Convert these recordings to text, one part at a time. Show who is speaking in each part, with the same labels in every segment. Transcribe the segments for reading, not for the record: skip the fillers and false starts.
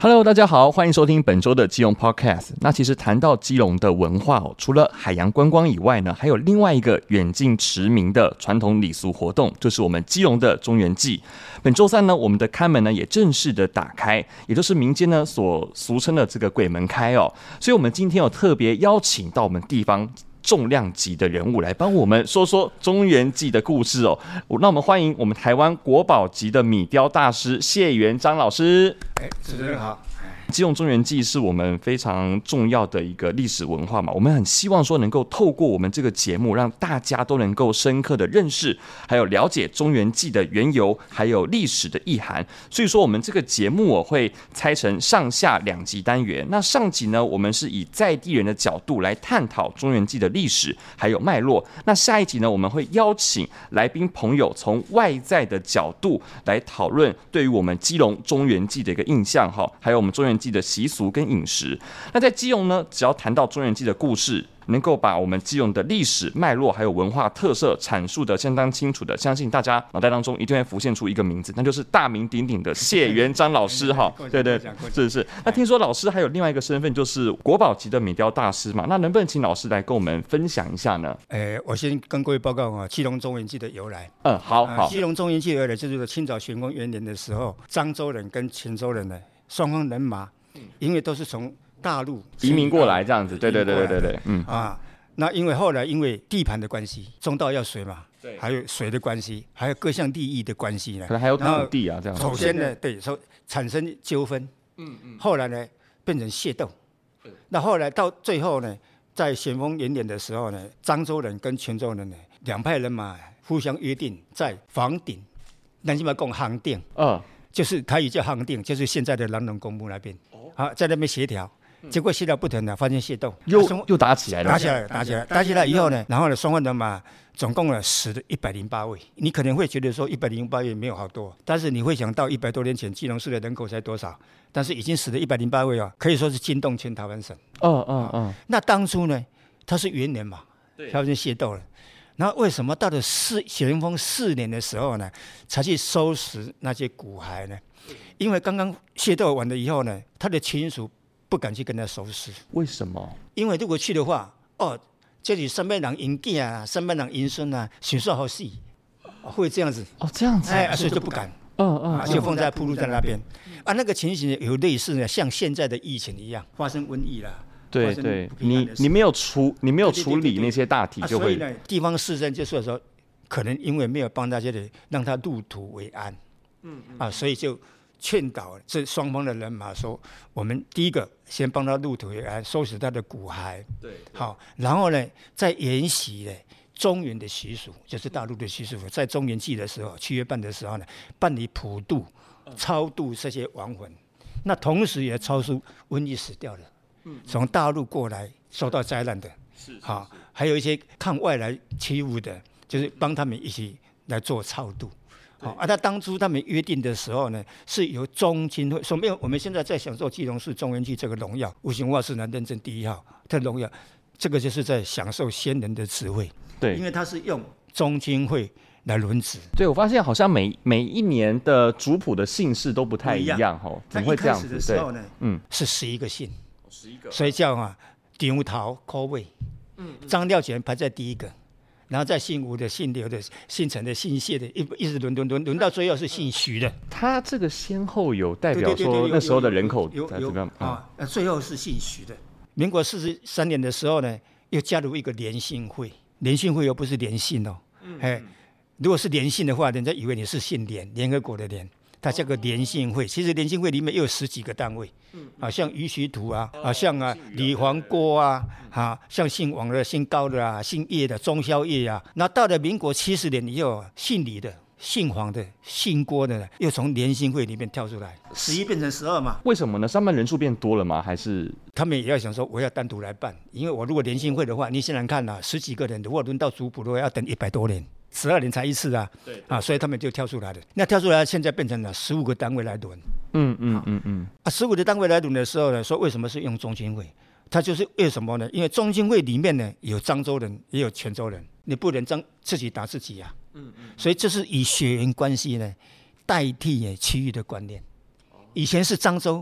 Speaker 1: Hello， 大家好，欢迎收听本周的基隆 Podcast。那其实谈到基隆的文化除了海洋观光以外呢，还有另外一个远近驰名的传统礼俗活动，就是我们基隆的中元祭。本周三呢，我们的开门呢也正式的打开，也就是民间呢所俗称的这个鬼门开哦。所以我们今天有特别邀请到我们地方重量级的人物来帮我们说说中元祭的故事哦。那我们欢迎我们台湾国宝级的米雕大师谢元章老师。
Speaker 2: 主持人好。
Speaker 1: 基隆中元祭是我们非常重要的一个历史文化嘛，我们很希望说能够透过我们这个节目，让大家都能够深刻的认识，还有了解中元祭的缘由，还有历史的意涵。所以说，我们这个节目会拆成上下2集单元。那上集呢，我们是以在地人的角度来探讨中元祭的历史还有脉络。那下一集呢，我们会邀请来宾朋友从外在的角度来讨论对于我们基隆中元祭的一个印象哈，还有我们中元祭的习俗跟饮食。那在基隆呢，只要谈到中元祭的故事，能够把我们基隆的历史脉络还有文化特色阐述的相当清楚的，相信大家脑袋当中一定会浮现出一个名字，那就是大名鼎鼎的谢元章老师哈。对对，是。那听说老师还有另外一个身份，就是国宝级的米雕大师嘛，那能不能请老师来跟我们分享一下呢？
Speaker 2: 我先跟各位报告基隆中元祭的由来。
Speaker 1: 好。
Speaker 2: 基隆中元祭的由来就是清朝咸丰元年的时候，漳州人跟泉州人呢双方人马，因为都是从大陆
Speaker 1: 移民过来这样子，对，
Speaker 2: 那因为后来因为地盘的关系，中道要水嘛，还有水的关系，还有各项利益的关系呢，
Speaker 1: 可能还有土地啊这样。
Speaker 2: 首先呢，对，产生纠纷，后来呢变成械斗，那后来到最后呢，在咸丰元年的时候呢，漳州人跟泉州人呢两派人马互相约定，在房顶，南京话讲行顶，就是台语叫行顶，就是现在的南龙公墓那边，在那边协调。结果协调不成了，发生械斗，
Speaker 1: 又打起来了。
Speaker 2: 打起来以后呢，然后呢，双方人马总共呢死了108位。你可能会觉得说108位没有好多，但是你会想到100多年前基隆市的人口才多少？但是已经死了108位啊，可以说是惊动全台湾省。那当初呢，他是元年嘛，发生械斗了。然后为什么到了咸丰4年的时候呢，才去收拾那些骨骸呢？因为刚刚械斗完了以后呢，他的亲属不敢去跟他收尸。
Speaker 1: 为什么？
Speaker 2: 因为如果去的话，这里300人迎囝啊，300人迎孙啊，想说好死，会这样子。
Speaker 1: 这样子，
Speaker 2: 所以就不敢。就放在铺路在那边。那个情形有类似呢，像现在的疫情一样，发生瘟疫啦。
Speaker 1: 对，你没有处理那些大体，就会。
Speaker 2: 所以呢，地方士绅就说可能因为没有帮那些人让他入土为安，所以就劝导这双方的人马说，我们第一个先帮他入土为安，收拾他的骨骸，好，然后呢再沿袭呢中原的习俗，就是大陆的习俗，在中元祭的时候，7月半的时候呢，办理普渡、超度这些亡魂，那同时也超出瘟疫死掉的，从大陆过来受到灾难的，好，还有一些抗外来欺侮的，就是帮他们一起来做超度。那当初他们约定的时候呢，是由中青会，所以我们现在在享受基隆市中元祭这个荣耀，无形文化市南认证第1号的荣耀，这个就是在享受先人的智慧。
Speaker 1: 对，
Speaker 2: 因为他是用中青会来轮值。
Speaker 1: 对，我发现好像每一年的族谱的姓氏都不太一样怎么会这样子？
Speaker 2: 一开始的时候呢，是11个姓，11个，所以叫张头科尾，张廖全排在第一个。然后再姓吴的、姓刘的、姓陈的、姓谢的，一直轮到最后是姓徐的。
Speaker 1: 他这个先后有代表说那时候的人口
Speaker 2: 有最后是姓徐的。民国43年的时候呢，又加入一个联姓会，联姓会又不是联姓哦，如果是联姓的话，人家以为你是姓联，联合国的联。它叫个联姓会，其实联姓会里面又有10几个单位，像于徐图像李黄郭像姓王的、姓高的姓叶的、钟宵夜那到了民国70年以后，姓李的、姓黄的、姓郭的又从联姓会里面跳出来，11变成12嘛。
Speaker 1: 为什么呢？上班人数变多了吗？还是
Speaker 2: 他们也要想说，我要单独来办，因为我如果联姓会的话，你想想看10几个人，如果轮到族谱的话，要等100多年。12年才一次所以他们就跳出来了。那跳出来，现在变成了15个单位来轮。15个单位来轮的时候呢，说为什么是用中青会？它就是为什么呢？因为中青会里面呢有漳州人，也有泉州人，你不能自己打自己所以这是以血缘关系呢代替区域的观念。以前是漳州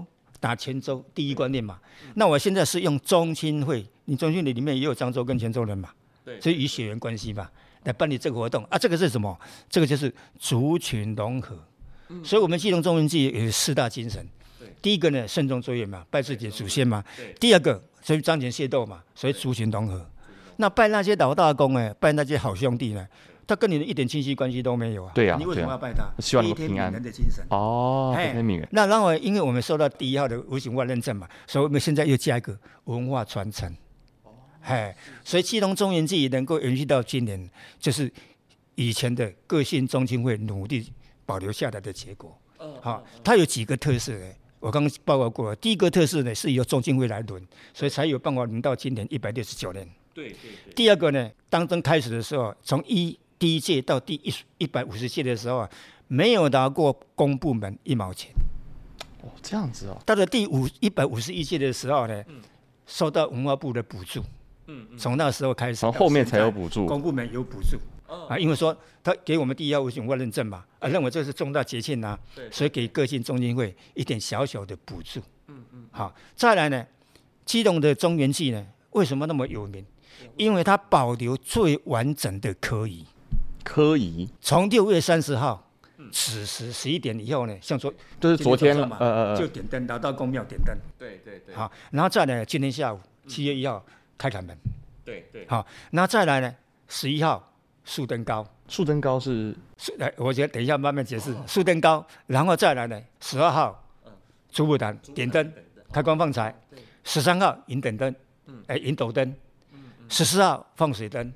Speaker 2: 打泉州第一观念嘛。那我现在是用中青会，你中青会里面也有漳州跟泉州人嘛，所以以血缘关系嘛来办理这个活动啊。这个是什么？这个就是族群融合。所以我们基隆中元祭有4大精神。第一个呢，慎终追远嘛，拜自己的祖先嘛。第二个，所以彰显械斗嘛，所以族群融合。那拜那些老大公拜那些好兄弟呢，他跟你的一点亲戚关系都没有啊。
Speaker 1: 对啊，
Speaker 2: 你为什么要拜他？
Speaker 1: 希望你
Speaker 2: 悲天
Speaker 1: 平安
Speaker 2: 悯人的精神。
Speaker 1: 哦，悲天悯人。
Speaker 2: 那然后，因为我们受到第1号的无形化认证嘛，所以我们现在又加一个文化传承。所以基隆中元祭能够延续到今年，就是以前的个性中青会努力保留下来的结果。它有几个特色呢？我刚刚报告过了。第一个特色呢，是由中青会来轮，所以才有办法轮到今年169年。对。第二个呢，当真开始的时候，从第一届到第150届的时候没有拿过公部门1毛钱。
Speaker 1: 这样子哦。
Speaker 2: 到了第151届的时候呢，受到文化部的补助。从那时候开始，
Speaker 1: 从后面才有补助，
Speaker 2: 公部门有补助。因为说他给我们第1号无形文化认证嘛，认为这是重大节庆啊，所以给各县中青会一点小小的补助。好，再来呢，基隆的中元祭呢，为什么那么有名？因为它保留最完整的科仪。从6月30号此时11点以后呢，像说
Speaker 1: 就是昨天了，
Speaker 2: 就点灯，老道公庙点灯。对。好，然后再来今天下午7月1号开坎门。对。好，然后再来呢11号。树灯高是，我觉得等一下慢慢解释。树灯高，然后再来呢，12号主普坛点灯，开光放财；13号引等灯，引斗灯；14号放水灯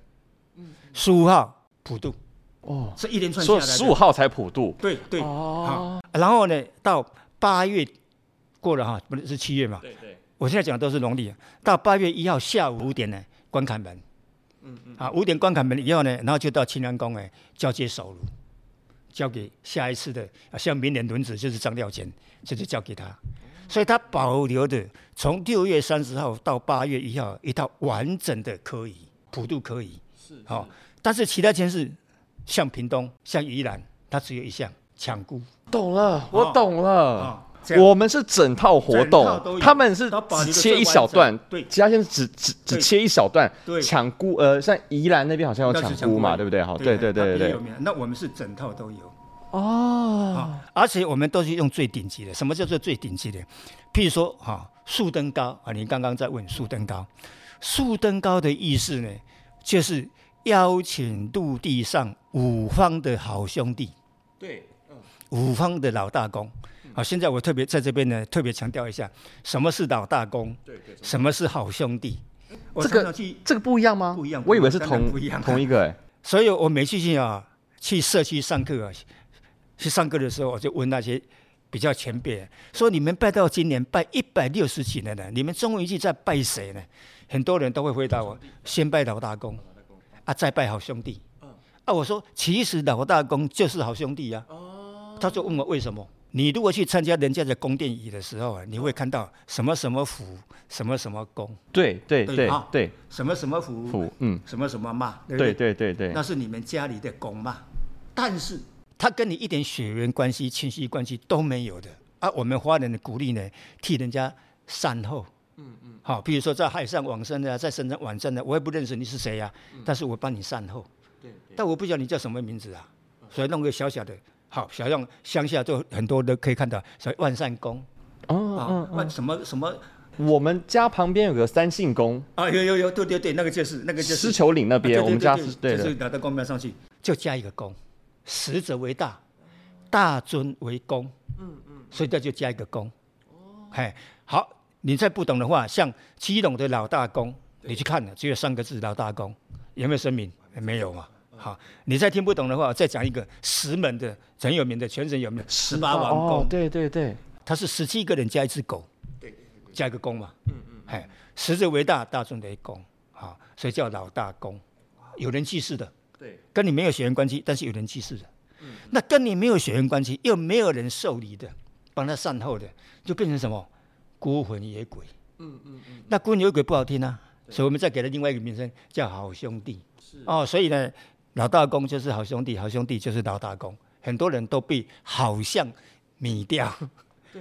Speaker 2: ；15号普渡。是一连串下来的。
Speaker 1: 所以15号才普渡。
Speaker 2: 对。好，然后呢，到8月过了不是7月嘛？对。我现在讲的都是农历，到8月1号下午5点呢，关坎门。5点关坎门以后呢，然后就到清凉宫交接首炉，交给下一次的像明年轮值就是张廖乾，这就交给他。所以他保留的从6月30号到8月1号一套完整的科仪，普渡科仪。但是其他县市像屏东、像宜兰，它只有一项抢孤。
Speaker 1: 懂了，我懂了。我们是整套活动，他们是只切一小段，其他县只切一小段。抢孤，像宜兰那边好像有抢孤嘛，对不对？好，对。
Speaker 2: 那我们是整套都有。
Speaker 1: 而
Speaker 2: 且我们都是用最顶级的。什么叫做最顶级的？譬如说树灯高你刚刚在问树灯高，树灯高的意思呢，就是邀请陆地上5方的好兄弟。对，5方的老大公。现在我特别在这边呢，特别强调一下，什么是老大公，什么是好兄弟。
Speaker 1: 这个不一样吗？
Speaker 2: 不一样，
Speaker 1: 我以为是同一个。
Speaker 2: 所以我每次去社区上课去上课的时候，我就问那些比较前辈，说你们拜到今年拜160几年了，你们中元祭在拜谁呢？很多人都会回答我，先拜老大公再拜好兄弟。我说其实老大公就是好兄弟啊。他就问我为什么？你如果去参加人家的宫殿仪的时候你会看到什么什么府，什么什么宫。对，
Speaker 1: 什么
Speaker 2: 什么府，什么什么嘛，
Speaker 1: 对，
Speaker 2: 那是你们家里的宫嘛。但是他跟你一点血缘关系、亲戚关系都没有的我们华人的鼓励呢，替人家善后。好，比如说在海上往生的，在深圳往生的，我也不认识你是谁但是我帮你善后。但我不晓得你叫什么名字所以弄个小小的。好，小像乡下就很多都可以看到，所以万善宫什么，
Speaker 1: 我们家旁边有个3姓宫
Speaker 2: 有，对，那个就是
Speaker 1: 狮球岭那边，我们家是对的，
Speaker 2: 就是拿到宫庙上去就加一个宫，实者为大，大尊为公，所以这就加一个宫。好，你再不懂的话，像基隆的老大公，你去看只有3个字老大公，有没有声明？没有嘛。好，你再听不懂的话，我再讲一个石门的很有名的，全省有名的18王公。
Speaker 1: 对，
Speaker 2: 他是17个人加一只狗，加一个公嘛。实者为大，大尊为公，所以叫老大公，有人祭祀的。对，跟你没有血缘关系，但是有人祭祀的。那跟你没有血缘关系，又没有人受礼的，帮他善后的，就变成什么孤魂野鬼。那孤魂野鬼不好听所以我们再给了另外一个名称，叫好兄弟。所以呢。老大公就是好兄弟，好兄弟就是老大公，很多人都被好像迷掉。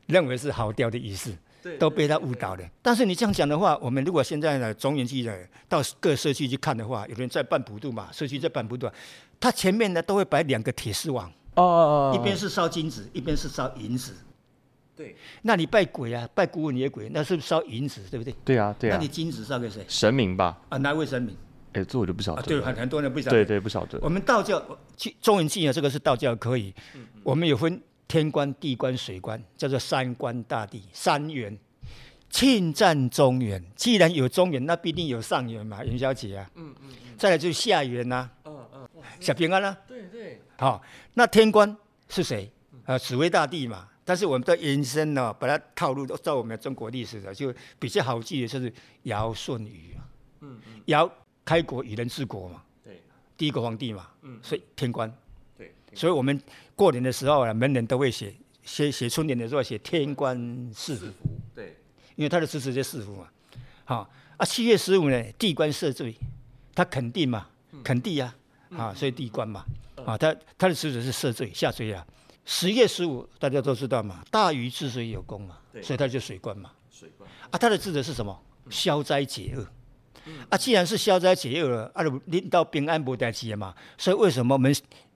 Speaker 2: 认为是好调的仪式，都被他误导了。但是你这样讲的话，我们如果现在呢中原祭呢到各社区去看的话，有人在办普渡嘛，社区在办普渡，他前面呢都会摆2个铁丝网，一边是烧金子，一边是烧银子。
Speaker 1: 对，
Speaker 2: 那你拜鬼啊，拜孤魂野鬼，那是不是烧银子，对不对？
Speaker 1: 对啊，对啊。
Speaker 2: 那你金子烧给谁？
Speaker 1: 神明吧？
Speaker 2: 啊，哪位神明？
Speaker 1: 这我就不晓得。
Speaker 2: 对，很多人不晓得。
Speaker 1: 对，不晓得。
Speaker 2: 我们道教中原祭呢，这个是道教可以。我们有分天官、地官、水官，叫做三官大帝、三元。庆赞中原，既然有中原，那必定有上元嘛，元宵节啊。再来就是下元呐。小平安啊。对。好，那天官是谁？紫微大帝嘛。但是我们的延伸呢，把它套路都照我们中国历史的，就比较好记的就是尧舜禹啊。尧开国以人治国嘛，对，第一个皇帝嘛，所以天官。对，所以我们过年的时候啊，门人都会写春联的时候写天官赐福，对，因为他的支持就赐福嘛。好啊，7月15呢，地官赦罪，他肯定嘛，肯定啊，所以地官嘛，他的职责是赦罪下罪啊。10月15，大家都知道嘛，大禹治水有功嘛，所以他就水官嘛。他的职责是什么？消灾解厄。既然是消灾解厄了，领到平安没代志嘛，所以为什么我们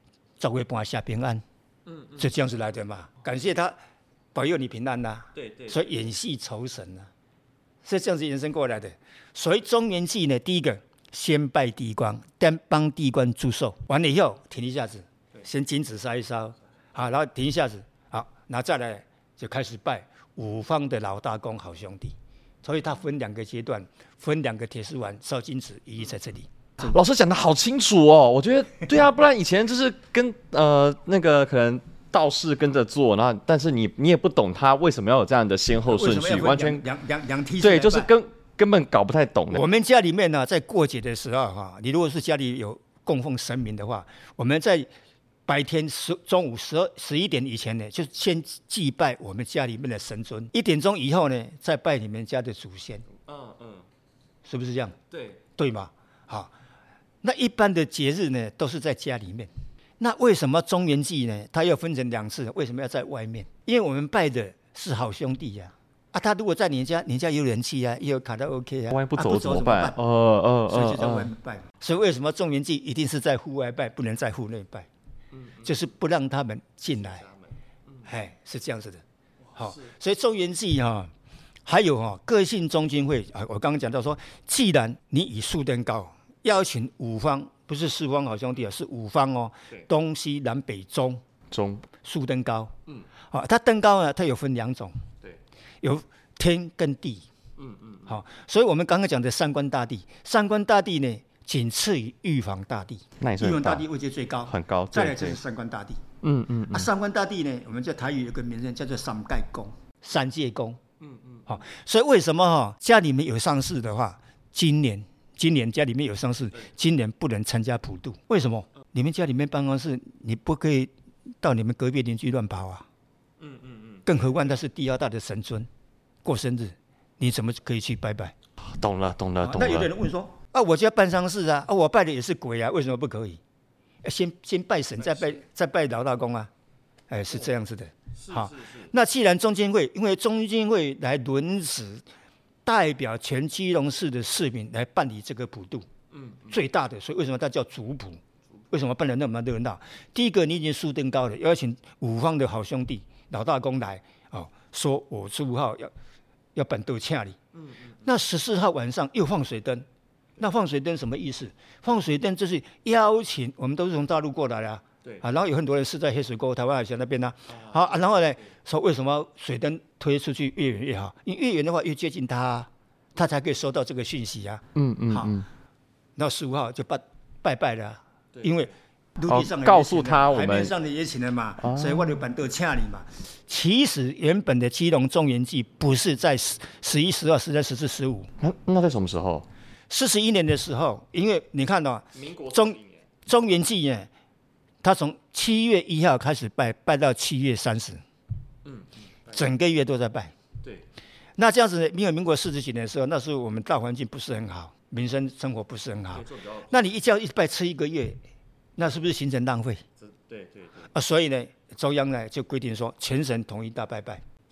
Speaker 2: 10月半下平安？就这样子来的嘛。感谢他保佑你平安呐。对。所以演戏酬神呐，是这样子延伸过来的。所以中元祭呢，第一个先拜地官，帮地官祝寿，完了以后停一下子，先金纸烧一烧。好，然后停一下子，好，然后再来就开始拜5方的老大公好兄弟，所以它分2个阶段，分2个铁丝碗烧金纸，一在这里。
Speaker 1: 老师讲的好清楚哦，我觉得对啊，不然以前就是跟那个可能道士跟着做，然后但是你也不懂他为什么要有这样的先后顺序，完全
Speaker 2: 两梯
Speaker 1: 对，就是根本搞不太懂的。
Speaker 2: 我们家里面呢，在过节的时候哈，你如果是家里有供奉神明的话，我们在白天中午11点以前呢，就先祭拜我们家里面的神尊，1点钟以后呢，再拜你们家的祖先。是不是这样？对嘛？好，那一般的节日呢，都是在家里面。那为什么中元祭呢？它要分成2次，为什么要在外面？因为我们拜的是好兄弟呀。他如果在你家有人气啊，也有卡拉 OK 啊，
Speaker 1: 万一不走怎么办？
Speaker 2: 所以就在外面拜。所以为什么中元祭一定是在户外拜，不能在户内拜？就是不让他们进来，是这样子的。好，所以中元祭还有各姓中军会我刚刚讲到说，既然你以树登高邀请5方，不是4方好兄弟是5方哦，东西南北中树登高。它登高呢，它有分2种，有天跟地。好，所以我们刚刚讲的三官大帝呢，仅次于玉皇大帝。玉皇大帝位阶最高，
Speaker 1: 很高。
Speaker 2: 再来就是三官大帝。三官大帝呢，我们在台语有个名称叫做三界公、三界公。好，所以为什么家里面有丧事的话，今年家里面有丧事，今年不能参加普渡？为什么？你们家里面办公室，你不可以到你们隔壁邻居乱跑啊。更何况他是第2大的神尊，过生日，你怎么可以去拜拜？
Speaker 1: 懂了。
Speaker 2: 那有的人问说。我家办丧事啊，我拜的也是鬼啊，为什么不可以？先拜神，再拜老大公啊，是这样子的。好，那既然中间会，因为中间会来轮值，代表全基隆市的市民来办理这个普渡，最大的，所以为什么它叫主普？为什么办得那么热闹？第一个，你已经树登高了，邀请5方的好兄弟、老大公来，说我15号要办道请你。那14号晚上又放水灯。那放水灯什么意思？放水灯就是邀请，我们都是从大陆过来的然后有很多人是在黑水沟、台湾海峡那边好然后呢，说为什么水灯推出去越远越好？因为越远的话越接近他才可以收到这个讯息啊。好，然后15号就拜拜了，因为陆地上的
Speaker 1: 告诉他我们
Speaker 2: 海面上的也请了嘛，所以我就办道请你嘛。其实原本的基隆中元祭不是在11、12，是在14、15。
Speaker 1: 那在什么时候
Speaker 2: ？41年的时候，因为你看到中元祭呢，他从7月1号开始拜到7月30，整个月都在拜。对，那这样子呢，因为民国40几年的时候，那时候我们大环境不是很好，民生生活不是很好，那你一拜吃1个月，那是不是形成浪费？对。所以呢，中央呢就规定说，全省统一大拜拜。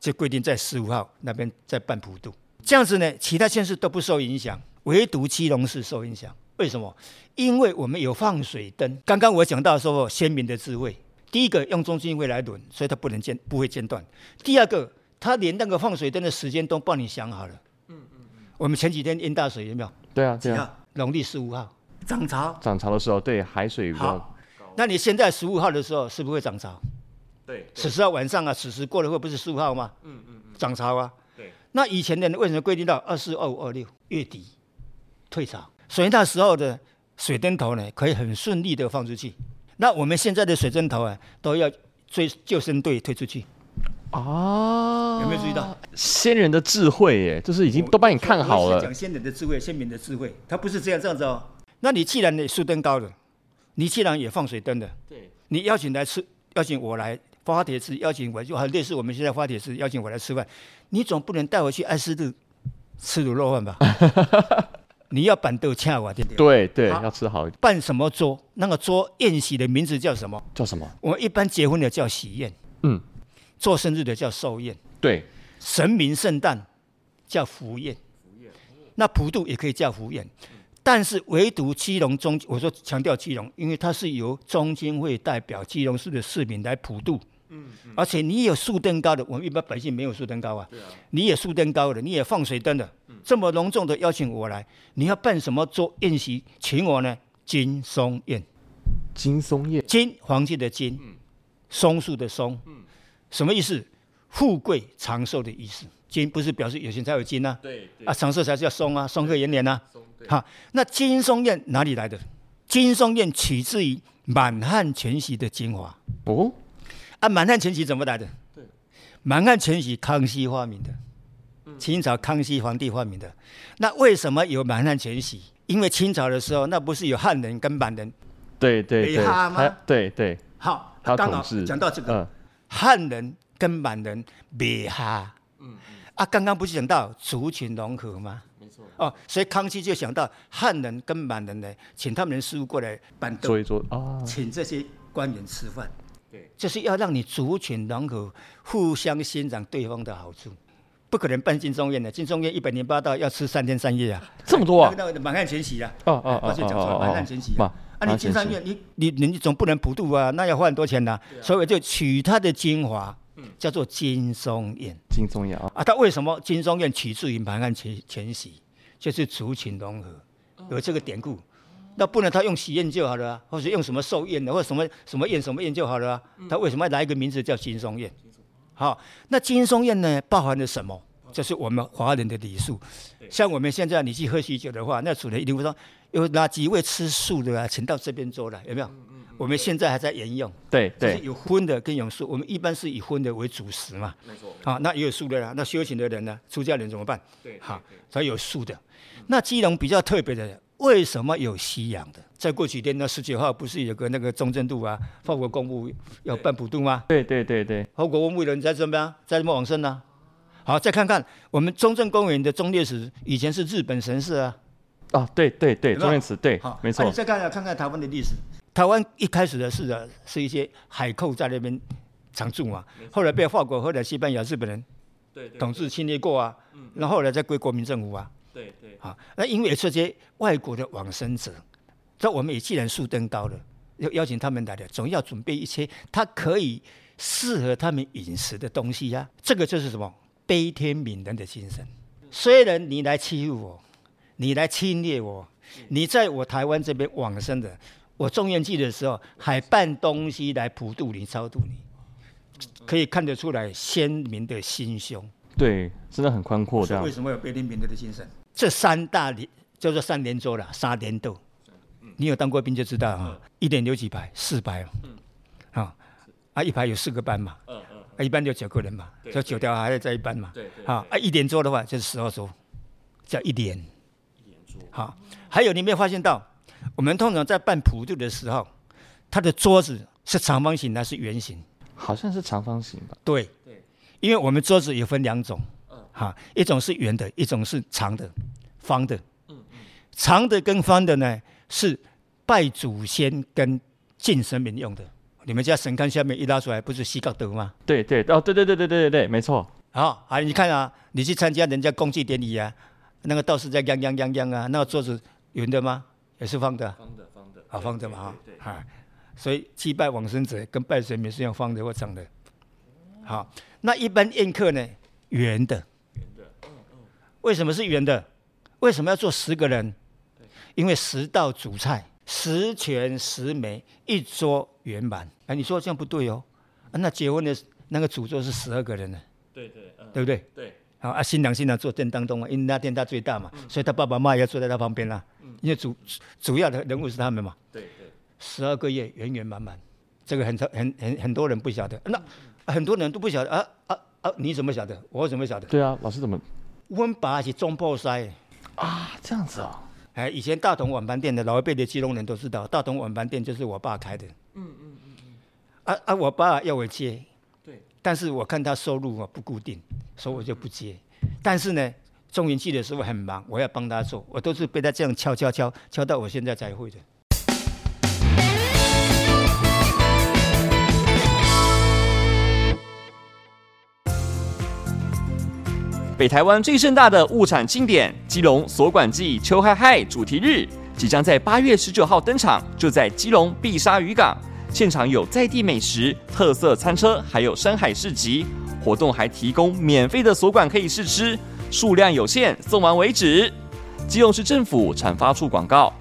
Speaker 2: 就规定在15号那边再办普渡。这样子呢，其他县市都不受影响，唯独基隆市受影响。为什么？因为我们有放水灯。刚刚我讲到说先民的智慧，第一个用中心会来轮，所以它不会间断。第二个，它连那个放水灯的时间都帮你想好了。我们前几天淹大水有没有？
Speaker 1: 对啊，对啊。
Speaker 2: 农历15号涨潮
Speaker 1: 的时候，对，海水比较高。
Speaker 2: 那你现在15号的时候是不是会涨潮？
Speaker 1: 对。
Speaker 2: 14号晚上啊，此时过了会不是15号吗？涨潮啊。
Speaker 1: 对。
Speaker 2: 那以前的人为什么规定到24、25、26月底退潮？所以那时候的水灯头呢，可以很顺利的放出去。那我们现在的水灯头啊，都要追救生队推出去。有没有注意到
Speaker 1: 先人的智慧耶？就是已经都帮你看好了。
Speaker 2: 讲先人的智慧，先民的智慧，他不是这样子哦。那你既然你树灯高了，你既然也放水灯了，对，你邀请我来发帖子，邀请我就类似我们现在发帖子邀请我来吃饭，你总不能带我去爱斯顿吃卤肉饭吧？你要板豆恰我，对不
Speaker 1: 对？对，要吃好一点。
Speaker 2: 办什么桌？那个桌宴席的名字叫什么？
Speaker 1: 叫什么？
Speaker 2: 我们一般结婚的叫喜宴，做生日的叫寿宴，
Speaker 1: 对，
Speaker 2: 神明圣诞叫福宴，那普渡也可以叫福宴，但是唯独基隆我说强调基隆，因为它是由中经会代表基隆市的市民来普渡，而且你有树灯高的，我们一般百姓没有树灯高啊，你也树灯高的，你也放水灯的，这么隆重的邀请我来，你要办什么做宴席，请我呢？金松宴，
Speaker 1: 金松宴，
Speaker 2: 金黄金的金，松树的松。什么意思？富贵长寿的意思。金不是表示有钱才有金啊？对啊，长寿才叫松啊，松鹤延年啊。好，那金松宴哪里来的？金松宴取自于满汉全席的精华。满汉全席怎么来的？满汉全席康熙发明的，清朝康熙皇帝发明的。那为什么有满汉全席？因为清朝的时候，那不是有汉人跟满人北哈吗？
Speaker 1: 对。
Speaker 2: 好，刚好讲到这个。汉人跟满人北哈，刚刚不是讲到族群融合吗？没错。所以康熙就想到汉人跟满人呢，请他们的师傅过来板凳，
Speaker 1: 坐一坐
Speaker 2: 请这些官员吃饭，对，就是要让你族群融合，互相欣赏对方的好处。不可能办金松宴的，金松宴108道要吃3天3夜啊，
Speaker 1: 这么多啊！
Speaker 2: 那满汉全席啊，抱歉讲错了，满汉全席啊。你金松宴，你总不能普渡啊，那要花很多钱呐。所以我就取它的精华，叫做金松宴。
Speaker 1: 金松宴
Speaker 2: 它为什么金松宴取自于满汉全席？就是族群融合，有这个典故。那不能他用喜宴就好了或者用什么寿宴的，或者什么宴就好了他为什么要来一个名字叫金松宴？好，那金松宴呢，包含了什么？就是我们华人的礼数。像我们现在你去喝喜酒的话，那主人一定会说，有哪几位吃素的请到这边桌来，有没有？我们现在还在沿用。对，有荤的跟有素，我们一般是以荤的为主食嘛。没错。好，那也有素的啦。那修行的人呢，出家人怎么办？对，好，所以有素的。那基隆比较特别的，为什么有西洋的？在过几天，那19号不是有个那个中正度啊，法国公务要办普渡吗？对。法国公务人在这边，在这边往生啊。好，再看看我们中正公园的忠烈祠，以前是日本神社啊。对，忠烈祠对，没错。你再看看台湾的历史，台湾一开始的是一些海寇在那边常住嘛，后来被法国、后来西班牙、日本人统治侵略过啊，然后后来再归国民政府啊。对。好，那因为这些外国的往生者，这我们也既然树登高了，邀请他们来的，总要准备一些他可以适合他们饮食的东西呀。这个就是什么？悲天悯人的精神。虽然你来欺负我，你来侵略我，你在我台湾这边往生的，我中元祭的时候还办东西来普渡你、超度你，可以看得出来先民的心胸。对，真的很宽阔。为什么有悲天悯人的精神？这三大叫做3连桌啦，3连斗。你有当过兵就知道啊，1连有几排？4排一排有4个班嘛。一般就9个人嘛，所以9条还在一班嘛。1连桌的话就是12桌，叫1连。好，还有你没有发现到，我们通常在办普渡的时候，它的桌子是长方形还是圆形？好像是长方形吧。对，因为我们桌子也分2种，一种是圆的，一种是长的、方的。长的跟方的呢，是拜祖先跟敬神明用的。你们家神龛下面一拉出来，不是西角德吗？对，没错。 好，你看啊，你去参加人家公祭典礼啊，那个道士在泱啊，那个桌子圆的吗？也是方的。方的嘛哈。啊，所以祭拜往生者跟拜神明是用方的或长的。好，那一般宴客呢，圆的。为什么是圆的？为什么要做10个人？因为10道主菜，10全10美，一桌圆满。你说这样不对哦。那结婚的那个主桌是12个人呢。对不对？对。好新郎坐正当中，因为那天他最大嘛，所以他爸爸妈妈也要坐在他旁边啦。因为主要的人物是他们嘛。对。12个月圆圆满满，这个很多人不晓得。那很多人都不晓得你怎么晓得？我怎么晓得？
Speaker 1: 对啊，老师怎么？
Speaker 2: 我们爸是中破塞
Speaker 1: 啊，这样子哦。
Speaker 2: 以前大同晚班店的老一辈的基隆人都知道，大同晚班店就是我爸开的。我爸要我接，对，但是我看他收入不固定，所以我就不接。但是呢，中元祭的时候很忙，我要帮他做，我都是被他这样敲到我现在才会的。
Speaker 1: 北台湾最盛大的物产庆典——基隆锁管季秋嗨嗨主题日，即将在8月19号登场，就在基隆碧沙渔港。现场有在地美食、特色餐车，还有山海市集。活动还提供免费的锁管可以试吃，数量有限，送完为止。基隆市政府产发处广告。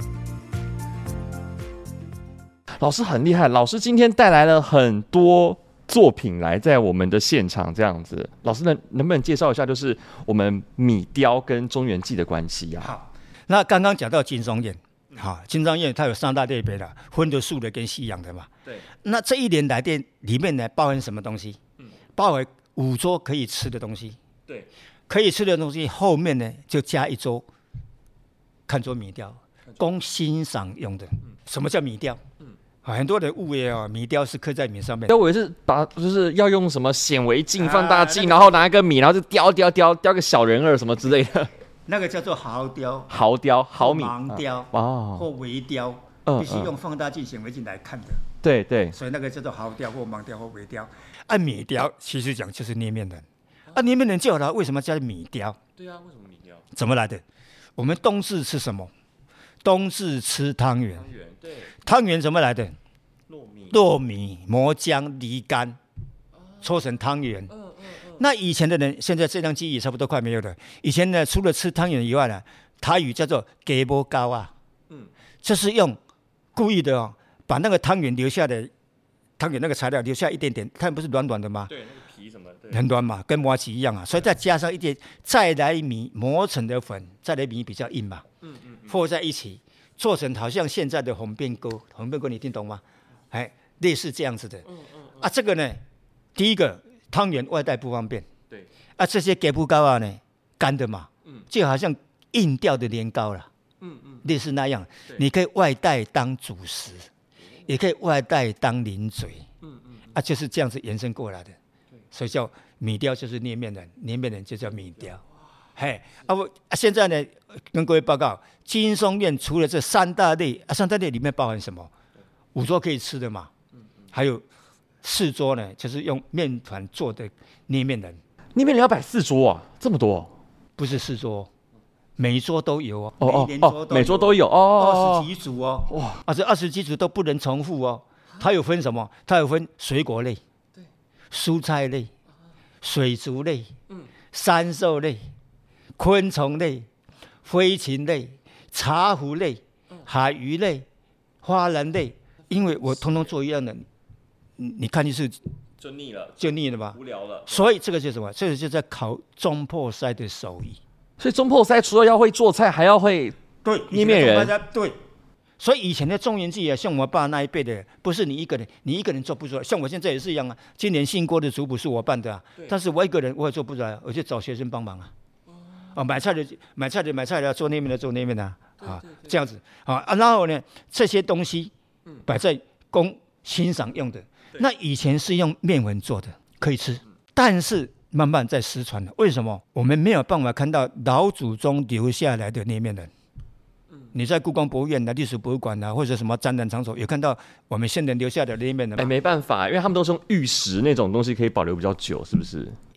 Speaker 1: 老师很厉害，老师今天带来了很多作品来在我们的现场这样子。老师能不能介绍一下，就是我们米雕跟中元祭的关系啊？
Speaker 2: 好，那刚刚讲到金松宴。好，金章宴它有3大类别的，荤的、素的跟西洋的嘛。对。那这一年来店里面呢，包含什么东西？包含5桌可以吃的东西。对。可以吃的东西后面呢，就加1桌，看作米雕，供欣赏用的。什么叫米雕？很多人误会哦，米雕是刻在米上面。
Speaker 1: 我以为是就是要用什么显微镜、放大镜，然后拿一个米，然后就雕个小人儿什么之类的。
Speaker 2: 那个叫做毫雕、
Speaker 1: 毫米、
Speaker 2: 盲雕或微雕，必须用放大镜、显微镜来看的。对，所以那个叫做毫雕或盲雕或微雕。米雕其实讲就是捏面人，捏面人就好了，为什么叫米雕？对啊，为什么米雕？怎么来的？我们冬至吃什么？冬至吃汤圆。对，汤圆怎么来的？糯米磨浆梨干，搓成汤圆。那以前的人，现在这张记忆差不多快没有了。以前呢，除了吃汤圆以外呢，台语叫做“鸡毛糕”啊，就是用故意的把那个汤圆留下的汤圆那个材料留下一点点，汤圆不是软软的吗？对，那个皮什么很软嘛，跟麻糬一样啊，所以再加上一点再来米磨成的粉，再来米比较硬嘛，和在一起做成好像现在的红变糕，红变糕你听懂吗？类似这样子的。这个呢，第一个。汤圆外带不方便，对这些鸡脯糕呢，干的嘛，就好像硬掉的年糕了，类似那样，你可以外带当主食，也可以外带当零嘴，就是这样子延伸过来的，所以叫米雕就是捏面人，捏面人就叫米雕。现在呢，跟各位报告，金松宴除了这3大类，3大类里面包含什么？5桌可以吃的嘛，还有。4桌呢，就是用面团做的捏面人。
Speaker 1: 捏面人要摆4桌啊，这么多？
Speaker 2: 不是4桌，每桌都有
Speaker 1: 每桌都有
Speaker 2: 20几组哦。哇，这20几组都不能重复哦。它有分什么？它有分水果类、蔬菜类、水族类、山兽类、昆虫类、飞禽类、茶壶类、海鱼类、花篮类。因为我通通做一样的。你看就是就腻了吧，无聊了。所以这个就是什么？这个就在考中破塞的手艺。
Speaker 1: 所以中破塞除了要会做菜，还要会捏面人。
Speaker 2: 对，所以以前的中元祭像我爸那一辈的，不是你一个人做不出来。像我现在也是一样啊。今年信锅的族谱是我办的啊，但是我一个人我也做不出来，我就找学生帮忙啊。买菜的要做捏面的做捏面的这样子然后呢，这些东西摆在供欣赏用的。那以前是用面粉做的，可以吃，但是慢慢在失传了。为什么？我们没有办法看到老祖宗留下来的捏面人。你在故宫博物院历史博物馆或者什么展览场所有看到我们先人留下的捏面人吗？
Speaker 1: 没办法，因为他们都是用玉石那种东西可以保留比较久，是不是？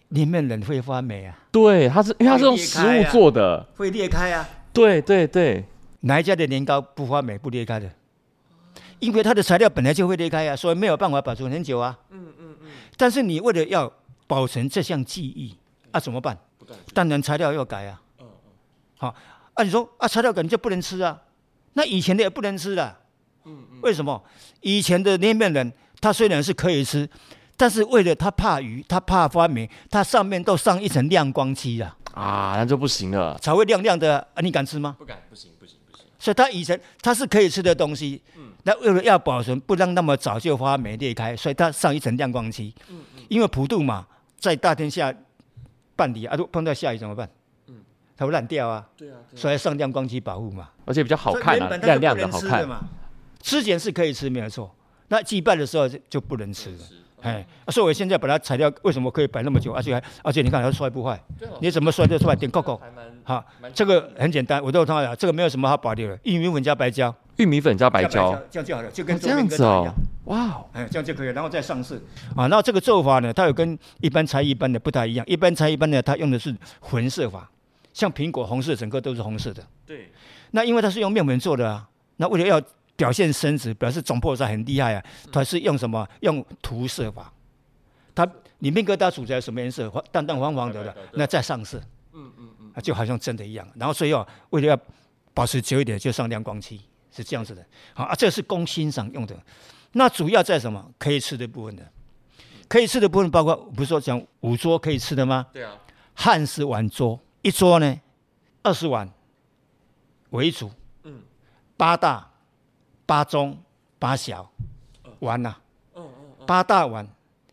Speaker 2: 捏面人会发霉啊。
Speaker 1: 对，因为它是用食物做的，
Speaker 2: 会裂开啊。
Speaker 1: 对对对，
Speaker 2: 哪一家的年糕不发霉不裂开的？因为它的材料本来就会裂开啊，所以没有办法保存很久啊。但是你为了要保存这项技艺啊，怎么办？当然材料要改啊。好啊，你说啊，材料改你就不能吃啊？那以前的也不能吃的。为什么？以前的捏面人，他虽然是可以吃，但是为了他怕鱼，他怕发霉，他上面都上一层亮光漆啊。
Speaker 1: 那就不行了，
Speaker 2: 才会亮亮的啊！你敢吃吗？
Speaker 1: 不敢，不行。
Speaker 2: 所以它以前它是可以吃的东西，那为了要保存，不让那么早就发霉裂开，所以它上一层亮光漆。因为普渡嘛，在大天下办理啊，如果碰到下雨怎么办？它会烂掉啊。对啊。所以上亮光漆保护嘛，
Speaker 1: 而且比较好看啊，亮亮的好看
Speaker 2: 嘛。之前是可以吃，没有错。那祭拜的时候就不能吃了。所以我现在把它材料为什么可以摆那么久，而且你看它摔不坏，你怎么摔都出来点扣扣。好，这个很简单，我都看了，这个没有什么好保留的，玉米粉加白椒，
Speaker 1: 玉米粉加白椒，
Speaker 2: 这样就好了，就跟
Speaker 1: 这样子哦，哇，
Speaker 2: 这样就可以了，然后再上色啊。那这个做法呢，它有跟一般才艺班的不太一样，一般才艺班呢，它用的是混色法，像苹果红色整个都是红色的。对。那因为它是用面粉做的啊，那为了要表现深紫，表示总破塞很厉害啊，它是用什么？用涂色法。它里面疙瘩煮出来什么颜色？淡淡黄黄的，那再上色。就好像真的一样。然后所以为了要保持久一点，就上亮光漆，是这样子的。好啊，这是供欣赏用的。那主要在什么？可以吃的部分的。可以吃的部分包括，不是说讲5桌可以吃的吗？对啊。汉式碗桌，一桌呢20碗为主。8大、8中、8小碗呐。8大碗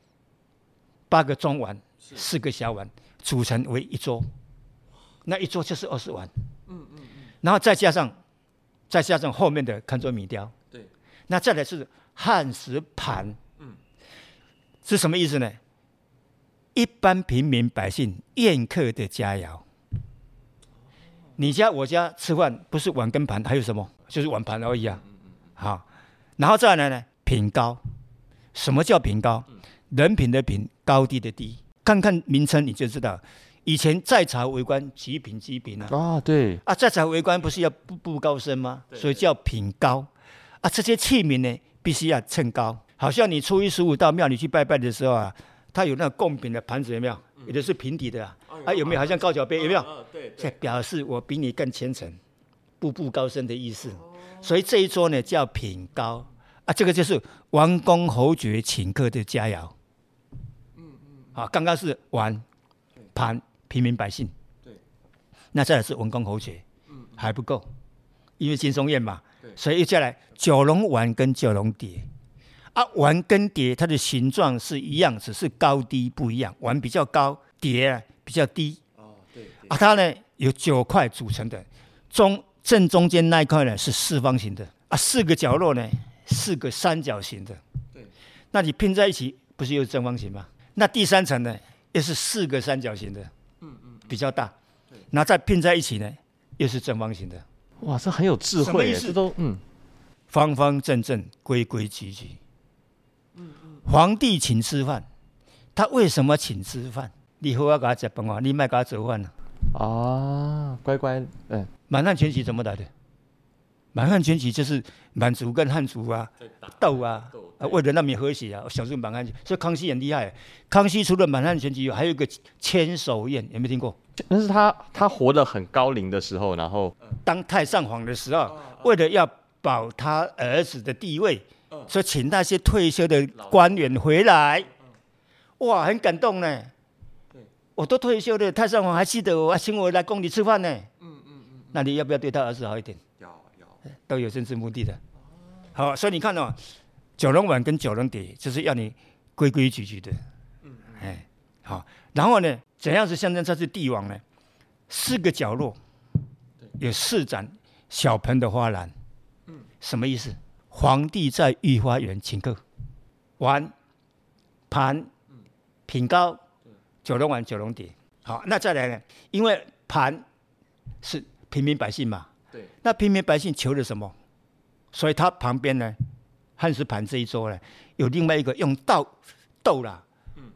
Speaker 2: ，8个中碗，4个小碗，组成为一桌。那一桌就是20碗，然后再加上后面的看作米雕，对，那再来是汉食盘，是什么意思呢？一般平民百姓宴客的佳肴。你家我家吃饭不是碗跟盘，还有什么？就是碗盘而已啊。好，然后再来呢，品糕。什么叫品糕？人品的品，高低的低。看看名称你就知道。以前在朝为官，几品几品啊？
Speaker 1: 对
Speaker 2: 啊，在朝为官不是要步步高升吗？所以叫品高啊。这些器皿呢，必须要称高。好像你初一十五到庙里去拜拜的时候啊，它有那个贡品的盘子有没有？有的是平底的啊，有没有？好像高脚杯有没有？对，表示我比你更虔诚，步步高升的意思。所以这一桌呢叫品高啊，这个就是王公侯爵请客的佳肴。好，刚刚是碗盘。平民百姓，那再来是文公侯爵，还不够，因为金松宴嘛，所以又再来九龙碗跟九龙碟啊，碗跟碟它的形状是一样，只是高低不一样，碗比较高，碟比较低。它呢有9块组成的，正中间那一块呢是4方形的啊，4个角落呢4个三角形的，那你拼在一起不是又是正方形吗？那第3层呢又是4个三角形的。比较大，然后再拼在一起呢，又是正方形的。
Speaker 1: 哇，这很有智慧耶！这都
Speaker 2: 方方正正，规规矩矩。皇帝请吃饭，他为什么请吃饭？你好，我给他吃饭啊，你别给他做饭
Speaker 1: 啊。乖乖，
Speaker 2: 满汉全席怎么来的？满汉全席就是满族跟汉族啊斗啊。为了让你和谐啊，享受满汉全席，所以康熙很厉害。康熙除了满汉全席，还有一个千手宴，有没有听过？
Speaker 1: 那是他活得很高龄的时候，然后
Speaker 2: 当太上皇的时候，为了要保他儿子的地位，所以请那些退休的官员回来。哇，很感动呢。我都退休了，太上皇还记得我，请我来宫里吃饭呢。那你要不要对他儿子好一点？要，都有政治目的的。好，所以你看哦。九龙碗跟九龙碟就是要你规规矩矩的，好，然后呢，怎样是象征他是帝王呢？4个角落有4盏小盆的花篮，什么意思？皇帝在御花园请客，碗、盘、品糕，九龙碗、九龙碟。好，那再来呢？因为盘是平民百姓嘛，那平民百姓求了什么？所以他旁边呢？汉食盘这一桌呢，有另外一个用豆啦，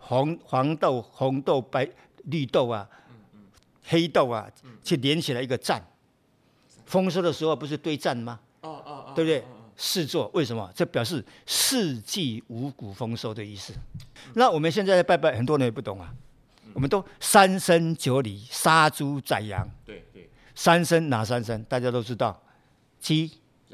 Speaker 2: 黄豆、红豆、绿豆啊、黑豆啊，去连起来一个赞。丰收的时候不是堆赞吗？对不对？四座为什么？这表示四季五谷丰收的意思。那我们现在在拜拜，很多人也不懂啊。我们都三牲九礼，杀猪宰羊。
Speaker 1: 对。
Speaker 2: 三牲哪三牲？大家都知道，鸡、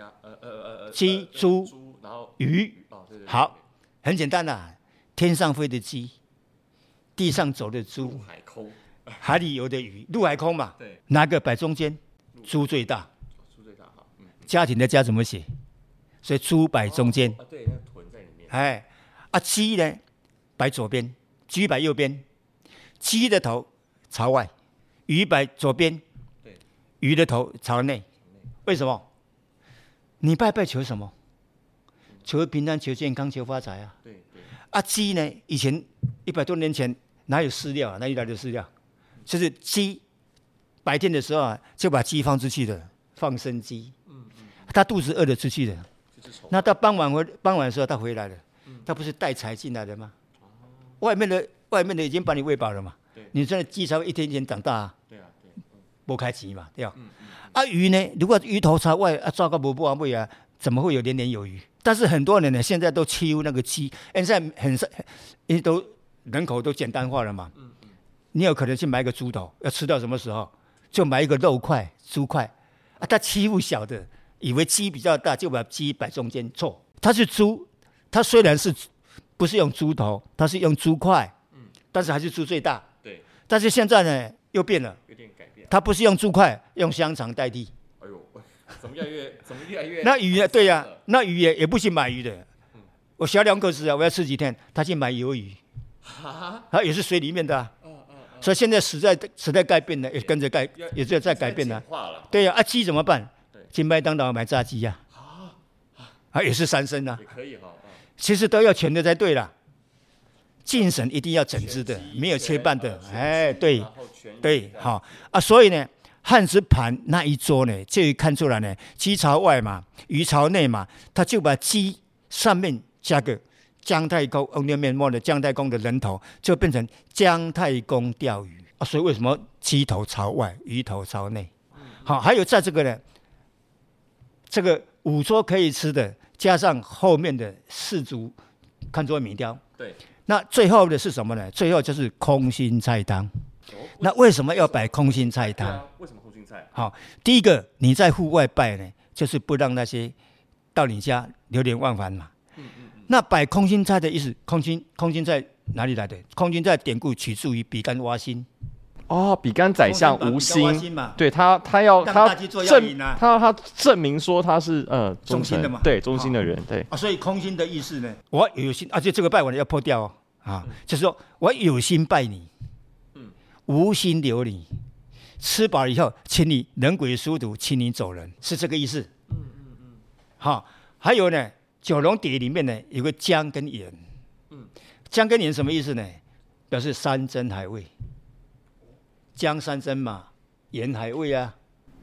Speaker 2: 猪，然后鱼。对。好，很简单啦，天上飞的鸡，地上走的猪，海里游的鱼，陆海空嘛。对。哪个摆中间？猪最大。猪最大好。家庭的家怎么写？所以猪摆中间。
Speaker 1: 对，那臀在里面。
Speaker 2: 鸡呢摆左边，鸡摆右边。鸡的头朝外，鱼摆左边，鱼的头朝内。为什么？你拜拜求什么？求平安、求健康、求发财啊。鸡呢？以前100多年前哪有饲料啊？哪里来的饲料？就是鸡白天的时候啊，就把鸡放出去的，放生鸡。它肚子饿了出去的。那到傍晚的时候，它回来了。它不是带财进来的吗？外面的已经把你喂饱了嘛，你这鸡才会一天一天长大啊。不开钱嘛，对吧？鱼呢？如果鱼头朝外抓个不完喂啊，怎么会有年年有余？但是很多人呢，现在都欺负那个鸡，现在因为都人口都简单化了嘛。你有可能去买一个猪头，要吃到什么时候？就买一个肉块、猪块他欺负小的，以为鸡比较大，就把鸡摆中间，错。它是猪，它虽然是不是用猪头，它是用猪块，但是还是猪最大。对。但是现在呢，又变了，有点改变。它不是用猪块，用香肠代替。哎呦，怎么越来越？那鱼呢？对呀，那鱼也不去买鱼的。我小2口子啊，我要吃几天，他去买鱿鱼，它也是水里面的啊。所以现在时代改变了，也跟着也在改变了。对呀，鸡怎么办？去麦当劳买炸鸡呀。也是三牲啊。也可以哈。其实都要全的才对啦。精神一定要整只的，没有切半的。对，好所以呢，汉时盘那一桌呢，就看出来呢，鸡朝外嘛，鱼朝内嘛，他就把鸡上面加个姜太公用面面膜的姜太公的人头，就变成姜太公钓鱼所以为什么鸡头朝外，鱼头朝内？好，还有在这个呢，这个5桌可以吃的，加上后面的4足，看作米雕。对。那最后的是什么呢？最后就是空心菜汤。那为什么要摆空心菜汤？为什么空心菜？好，第一个你在户外拜呢，就是不让那些到你家流连忘返嘛。那摆空心菜的意思，空心菜哪里来的？空心菜典故取自于比干挖心。
Speaker 1: 比干宰相吴兴，对他要证明说他是
Speaker 2: 忠心的嘛，
Speaker 1: 对忠心的人，对
Speaker 2: 所以空心的意思呢，我有心，而且这个拜完了要破掉就是说我有心拜你，无心留你，吃饱了以后，请你人鬼殊途，请你走人，是这个意思。好，还有呢，九龙碟里面呢有个姜跟盐，姜跟盐什么意思呢？表示山珍海味。姜山珍嘛，盐海味啊。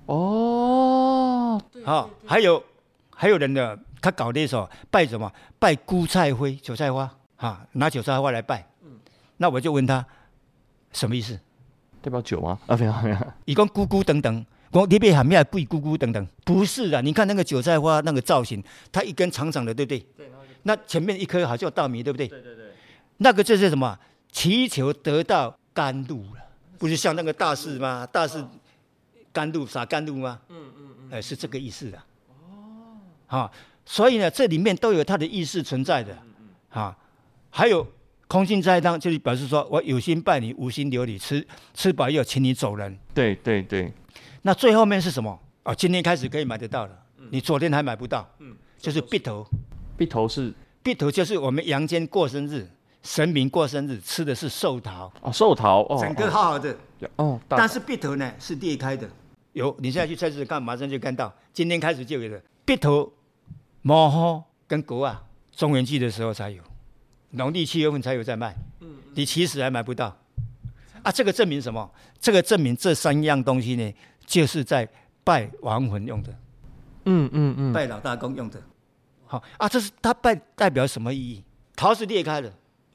Speaker 2: 好，还有人呢，他搞的时候拜什么？拜菇菜灰、韭菜花，拿韭菜花来拜。那我就问他什么意思？
Speaker 1: 代表酒吗？没有。
Speaker 2: 伊讲咕咕等等，我你别喊咩贵咕咕等等，不是的。你看那个韭菜花那个造型，它一根长长的，对不对？对。那前面一颗好像稻米，对不对？对。那个就是什么？祈求得到甘露了。不是像那个大士吗？大士甘露撒甘露吗？是这个意思的。所以呢，这里面都有它的意思存在的。还有空心菜汤，就是表示说我有心拜你，无心留你，吃饱以后请你走人。对。那最后面是什么？今天开始可以买得到了，你昨天还买不到。就是荜头。荜头就是我们阳间过生日。神明过生日吃的是寿桃
Speaker 1: 寿桃
Speaker 2: 整个好好的但是荜头呢是裂开的，有你现在去菜市看，马上就看到，今天开始就有了。荜头、毛蒿跟果中元祭的时候才有，农历7月份才有在卖，你其实还买不到这个证明什么？这个证明这3样东西呢，就是在拜亡魂用的，拜老大公用的。好这是它代表什么意义？桃是裂开的。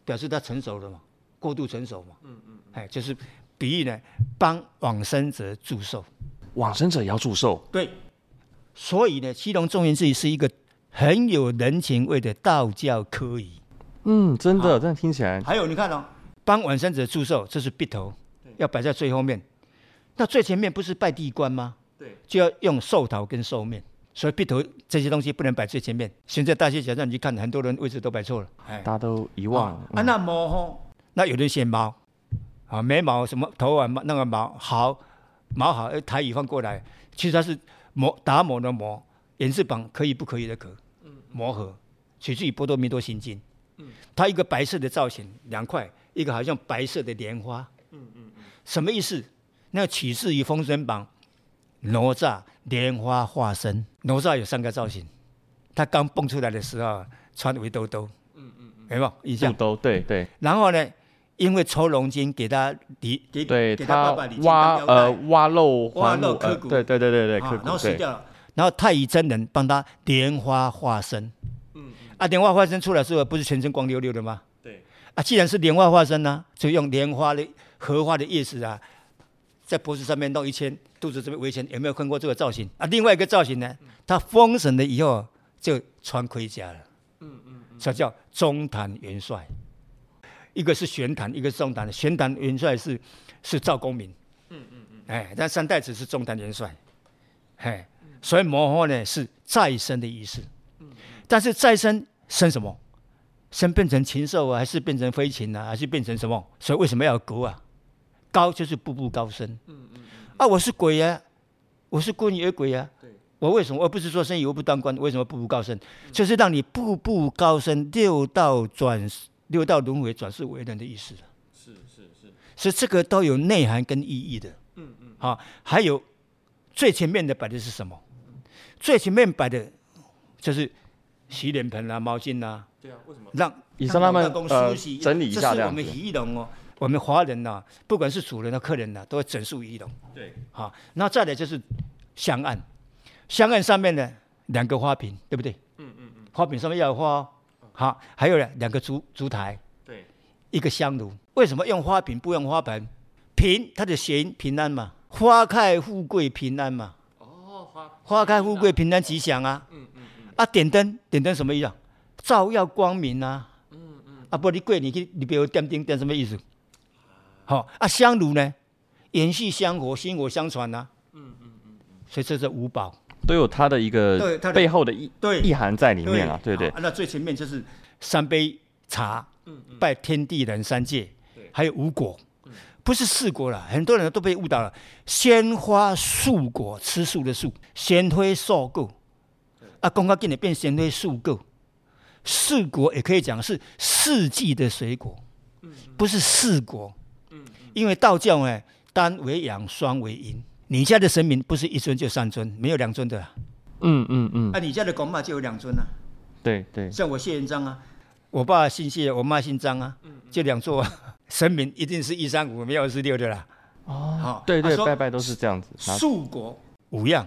Speaker 2: 表示他成熟了嘛，过度成熟嘛。就是比喻呢，帮往生者祝寿。
Speaker 1: 往生者也要祝寿。
Speaker 2: 对，所以呢，基隆中元祭是一个很有人情味的道教科仪。
Speaker 1: 真的，这样听起来。
Speaker 2: 还有你看哦，帮往生者祝寿，这是荜头，要摆在最后面。那最前面不是拜地官吗？对，就要用寿桃跟寿面。所以荜头这些东西不能摆最前面。现在大街小巷你去看，很多人位置都摆错了，
Speaker 1: 大家都遗忘了。
Speaker 2: 那毛那有人嫌毛，眉毛什么头发那个毛好，台语放过来，其实它是打磨的磨，言字旁可以不可以的可，磨合，取自于《波多弥多心经》。它一个白色的造型，2块，一个好像白色的莲花。什么意思？那取自于《封神榜》哪吒莲花化身。哪吒有3个造型，他刚蹦出来的时候穿围兜兜，有没有印象？
Speaker 1: 兜，对。
Speaker 2: 然后呢，因为抽龙筋给他
Speaker 1: 对
Speaker 2: 他爸爸李靖
Speaker 1: 挖肉
Speaker 2: 刻骨，
Speaker 1: 对，
Speaker 2: 然后死掉了。然后太乙真人帮他莲花化身。莲花化身出来之后，不是全身光溜溜的吗？对。既然是莲花化身呢，就用莲花的荷花的叶子在脖子上面弄一圈，肚子这边围一圈，有没有看过这个造型？另外一个造型呢，他封神了以后就穿盔甲了。这叫中坛元帅。一个是玄坛，一个是中坛。玄坛元帅是赵公明。但3代子是中坛元帅。所以摩诃呢是再生的意思。但是再生什么？生变成禽兽还是变成飞禽还是变成什么？所以为什么要有狗高就是步步高升。我是鬼我是孤女鬼我为什么？我不是做生意，我不当官，为什么步步高升？就是让你步步高升，六道轮回转世为人的意思。是。所以这个都有内涵跟意义的。还有最前面的摆的是什么？最前面摆的就是洗脸盆毛巾对
Speaker 1: 为什么？
Speaker 2: 让
Speaker 1: 他们整理一下，
Speaker 2: 这是我们仪容我们华人不管是主人和客人都会整肃仪容。对，然后再来就是香案，香案上面呢2个花瓶，对不对？花瓶上面要有花还有2个烛台，对，一个香炉。为什么用花瓶不用花盆？瓶它的谐音平安嘛，花开富贵平安嘛。花开富贵平安吉祥点灯什么意思？照耀光明不你贵你不要点灯点什么意思？香炉呢，延续香火，薪火相传所以这是5宝，
Speaker 1: 都有它的一个背后的意涵在里面对。
Speaker 2: 那最前面就是3杯茶，拜天地人3界，还有5果，不是4果了，很多人都被误导了。鲜花素果，吃素的素，鲜花素果讲到今年变鲜花素果。4果也可以讲是4季的水果，不是4果。因为道教单为阳，双为阴。你家的神明不是1尊就3尊，没有2尊的。你家的公妈就有2尊
Speaker 1: 对。
Speaker 2: 像我谢元璋我爸姓谢，我妈姓张就2座神明一定是1、3、5，没有26的啦。
Speaker 1: 对，拜拜都是这样子。
Speaker 2: 素果5样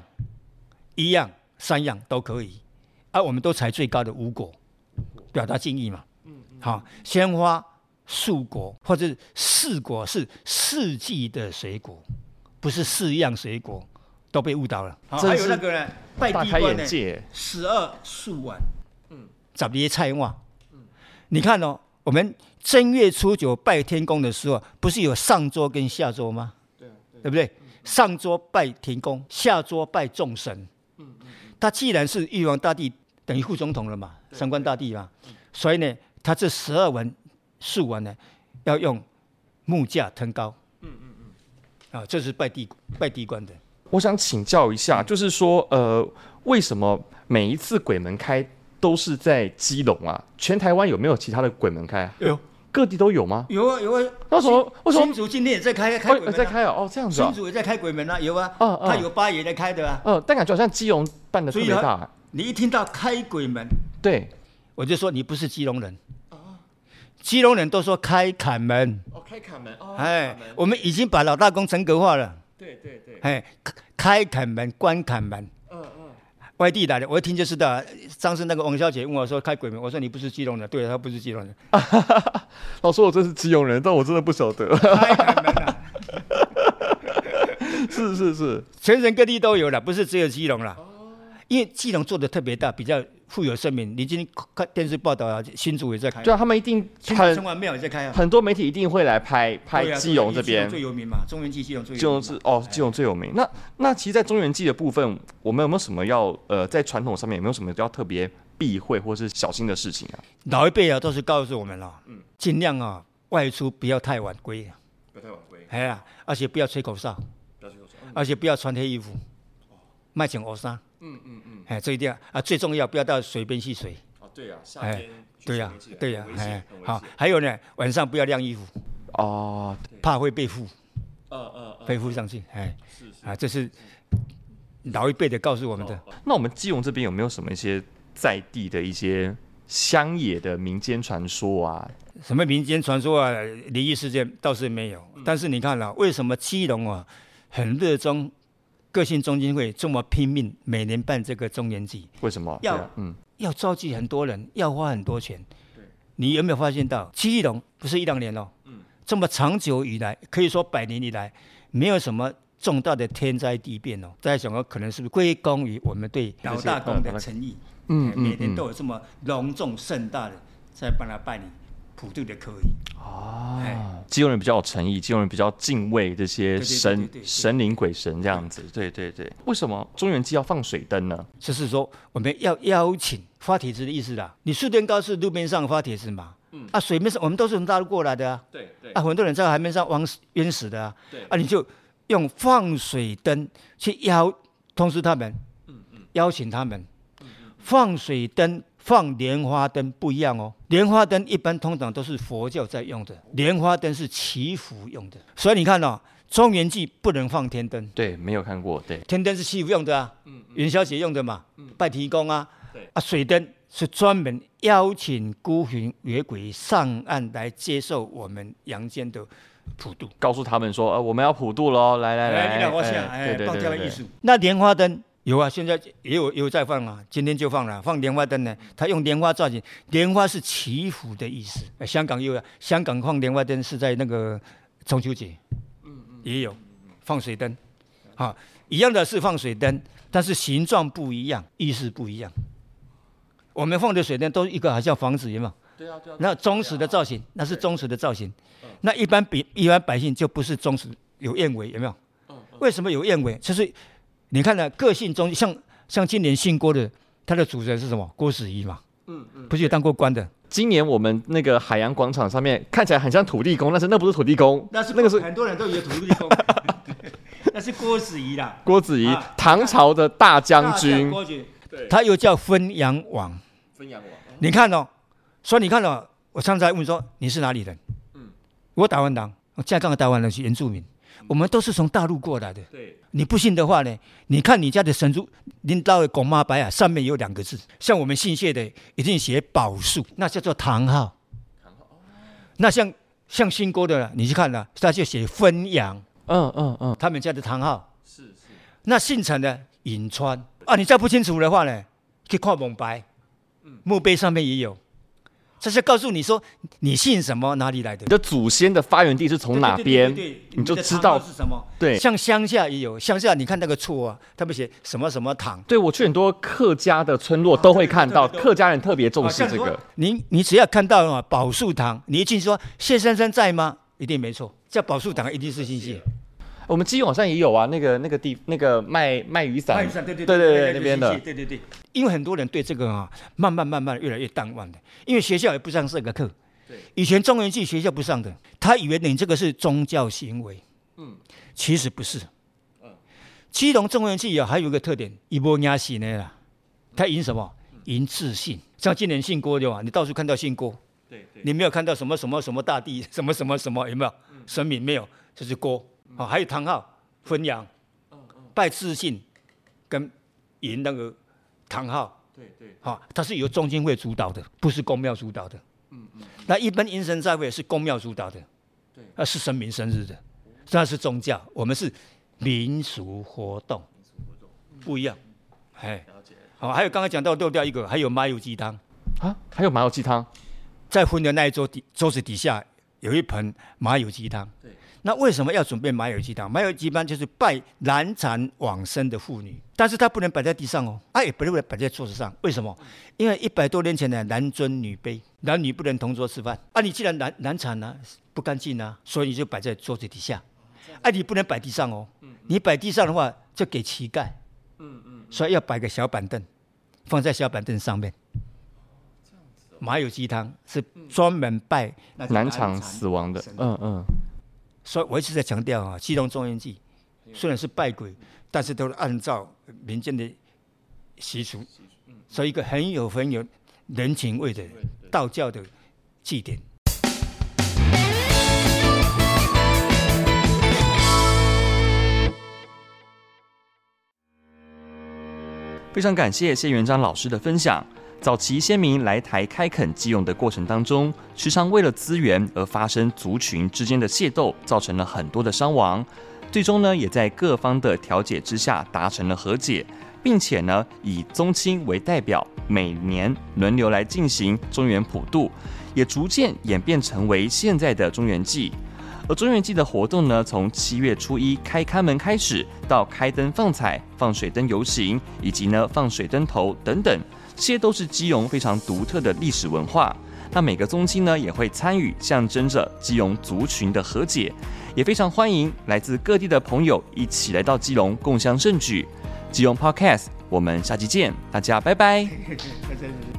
Speaker 2: ，1样、3样都可以。我们都采最高的5果，表达敬意嘛。鲜花、素果或者4果是4季的水果，不是4样水果，都被误导了。还有那个呢，拜地官呢，12素碗，12菜碗。你看我们正月初9拜天公的时候，不是有上桌跟下桌吗？对不对？上桌拜天公，下桌拜众神。他既然是玉皇大帝，等于副总统了嘛，三官大帝嘛，所以呢，他这12碗素碗呢，要用木架腾高。这是拜地官的。
Speaker 1: 我想请教一下，就是说，为什么每一次鬼门开都是在基隆全台湾有没有其他的鬼门开
Speaker 2: 有，
Speaker 1: 各地都有吗？
Speaker 2: 有啊。
Speaker 1: 为什么？
Speaker 2: 新竹今天也在开鬼门
Speaker 1: 在开这样子
Speaker 2: 新竹也在开鬼门有啊。他有8爷在开的
Speaker 1: 但感觉好像基隆办的特别大。
Speaker 2: 你一听到开鬼门，
Speaker 1: 对，
Speaker 2: 我就说你不是基隆人。基隆人都说开坎门。
Speaker 1: 开坎门。
Speaker 2: 我们已经把老大公成格化了。
Speaker 1: 对。
Speaker 2: 开坎门，关坎门。 外地来的，我一听就知道。上次那个王小姐问我说开鬼门，我说你不是基隆人，对，她不是基隆人。
Speaker 1: 老师，我真是基隆人，但我真的不晓得。
Speaker 2: 开鬼门了。
Speaker 1: 是，
Speaker 2: 全省各地都有了，不是只有基隆了。因为基隆做的特别大，比较富有盛名。你今天看电视报道啊，新竹也在开。
Speaker 1: 对啊，他们一定
Speaker 2: 中华庙也在开啊。
Speaker 1: 很多媒体一定会来拍基隆这边。
Speaker 2: 基隆最有名嘛，中原祭基隆最有名。
Speaker 1: 基隆是哦，基隆最有名。那其实，在中原祭的部分，我们有没有什么要在传统上面有没有什么要特别避讳或是小心的事情啊？
Speaker 2: 老一辈啊，都是告诉我们了，尽量啊外出不要太晚归。
Speaker 1: 不要太晚归。
Speaker 2: 哎呀，而且不要吹口哨。而且不要穿黑衣服，卖穿黑衫。哎，这一定啊，最重要不要到水边戏水。
Speaker 1: 哦，对呀，夏天。
Speaker 2: 对呀，哎，好，还有呢，晚上不要晾衣服。哦，怕会被附。被附上去，哎，这是老一辈的告诉我们的。
Speaker 1: 那我们基隆这边有没有什么一些在地的一些乡野的民间传说啊？
Speaker 2: 什么民间传说啊？灵异事件倒是没有，但是你看了，为什么基隆啊很热衷个性中心会这么拼命，每年办这个中元祭？
Speaker 1: 为什么？
Speaker 2: 要召集很多人，要花很多钱。你有没有发现到基隆不是1-2年哦？这么长久以来，可以说100年以来，没有什么重大的天灾地变哦。大家想说，可能是不是归功于我们对老大公的诚意？每年都有这么隆重盛大的在帮他办理普渡的科仪。
Speaker 1: 基隆人比较有诚意，基隆人比较敬畏这些神灵鬼神这样子。对。为什么中元祭要放水灯呢？
Speaker 2: 就是说我们要邀请发帖子的意思啦。你树墩糕是路边上发帖子嘛？水面上我们都是从大陆过来的啊。对。很多人在海面上玩淹死的啊。你就用放水灯去通知他们，邀请他们。放水灯、放莲花灯不一样哦。莲花灯一般通常都是佛教在用的，莲花灯是祈福用的。所以你看哦，中元祭不能放天灯。对，
Speaker 1: 没有看过。对，
Speaker 2: 天灯是祈福用的啊，元宵节用的嘛，拜提公啊。水灯是专门邀请孤魂野鬼上岸来接受我们阳间的普渡，
Speaker 1: 告诉他们说，我们要普渡喽，来，
Speaker 2: 对，放这样的艺术。那莲花灯有啊，现在也有在放啊，今天就放了，放莲花灯呢。他用莲花造型，莲花是祈福的意思。香港也有，香港放莲花灯是在那个中秋节，也有放水灯，一样的是放水灯，但是形状不一样，意思不一样。我们放的水灯都一个好像房子一样，对啊，那忠实的造型，那是忠实的造型。那一般百姓就不是忠实，有燕尾，有没有？为什么有燕尾？就是你看呢，个性中像今年姓郭的，他的主人是什么？郭子仪嘛，不是有当过官的。
Speaker 1: 今年我们那个海洋广场上面看起来很像土地公，但是那不是土地公，
Speaker 2: 那个是很多人都以为土地公，那是郭子仪啦。
Speaker 1: 郭子仪，唐朝的大将军，
Speaker 2: 他又叫分阳王。你看哦，所以你看哦，我上次还问说你是哪里人？我台湾人，我架杠的台湾人是原住民。我们都是从大陆过来的。对，你不信的话呢？你看你家的神珠，领导的公妈牌啊，上面有2个字，像我们姓谢的一定写宝树，那叫做唐号。那像姓郭的，你去看了，他就写分阳。他们家的唐号是。那姓陈的尹川啊，你再不清楚的话呢，去看墓牌，墓碑上面也有。这是告诉你说你姓什么，哪里来的，
Speaker 1: 你的祖先的发源地是从哪边，你就知道
Speaker 2: 是什么。
Speaker 1: 对，
Speaker 2: 像乡下也有，乡下你看那个厝啊，他们写什么什么堂。
Speaker 1: 对，我去很多客家的村落都会看到，客家人特别重视这个。
Speaker 2: 你只要看到宝树堂，你一进去说谢先生在吗？一定没错，叫宝树堂一定是姓谢。
Speaker 1: 我们基隆好像也有啊，那个卖雨伞，对，那边的，
Speaker 2: 对，因为很多人对这个慢慢越来越淡忘的，因为学校也不上这个课。以前中元祭学校不上的，他以为你这个是宗教行为，其实不是。基隆中元祭还有一个特点，一波压死呢啦，他赢什么？赢自信。像今年姓郭的嘛，你到处看到姓郭，你没有看到什么什么什么大帝，什么什么什么，有没有？神明没有，这是郭。还有唐号分阳，拜自信跟迎那个唐号，它是由中心会主导的，不是公庙主导的。那一般迎神在会是公庙主导的，那是神明生日的，那是宗教，我们是民俗活动，不一样。 还有刚刚讲到漏掉一个，还有麻油鸡汤
Speaker 1: 啊，还有麻油鸡汤，
Speaker 2: 在婚的那一桌子底下有一盆麻油鸡汤。对，那为什么要准备麻油鸡汤？麻油鸡汤就是拜难产往生的妇女，但是它不能摆在地上哦，也不能摆在桌子上。为什么？因为100多年前的男尊女卑，男女不能同桌吃饭。你既然难产啊，不干净啊，所以你就摆在桌子底下。你不能摆地上哦，你摆地上的话就给乞丐。所以要摆个小板凳，放在小板凳上面。麻油鸡汤是专门拜
Speaker 1: 难产死亡的。
Speaker 2: 所以我一直在强调啊，基隆中元祭虽然是拜鬼，但是都是按照民间的习俗，所以一个很有人情味的道教的祭典。
Speaker 1: 非常感谢谢元璋老师的分享。早期先民来台开垦基隆的过程当中，时常为了资源而发生族群之间的械斗，造成了很多的伤亡。最终呢，也在各方的调解之下达成了和解，并且呢，以宗亲为代表，每年轮流来进行中元普渡，也逐渐演变成为现在的中元祭。而中元祭的活动呢，从7月初1开龛门开始，到开灯放彩、放水灯游行，以及呢放水灯头等等，这些都是基隆非常独特的历史文化。那每个宗亲呢也会参与，象征着基隆族群的和解，也非常欢迎来自各地的朋友一起来到基隆共襄盛举。基隆 Podcast， 我们下期见，大家拜拜。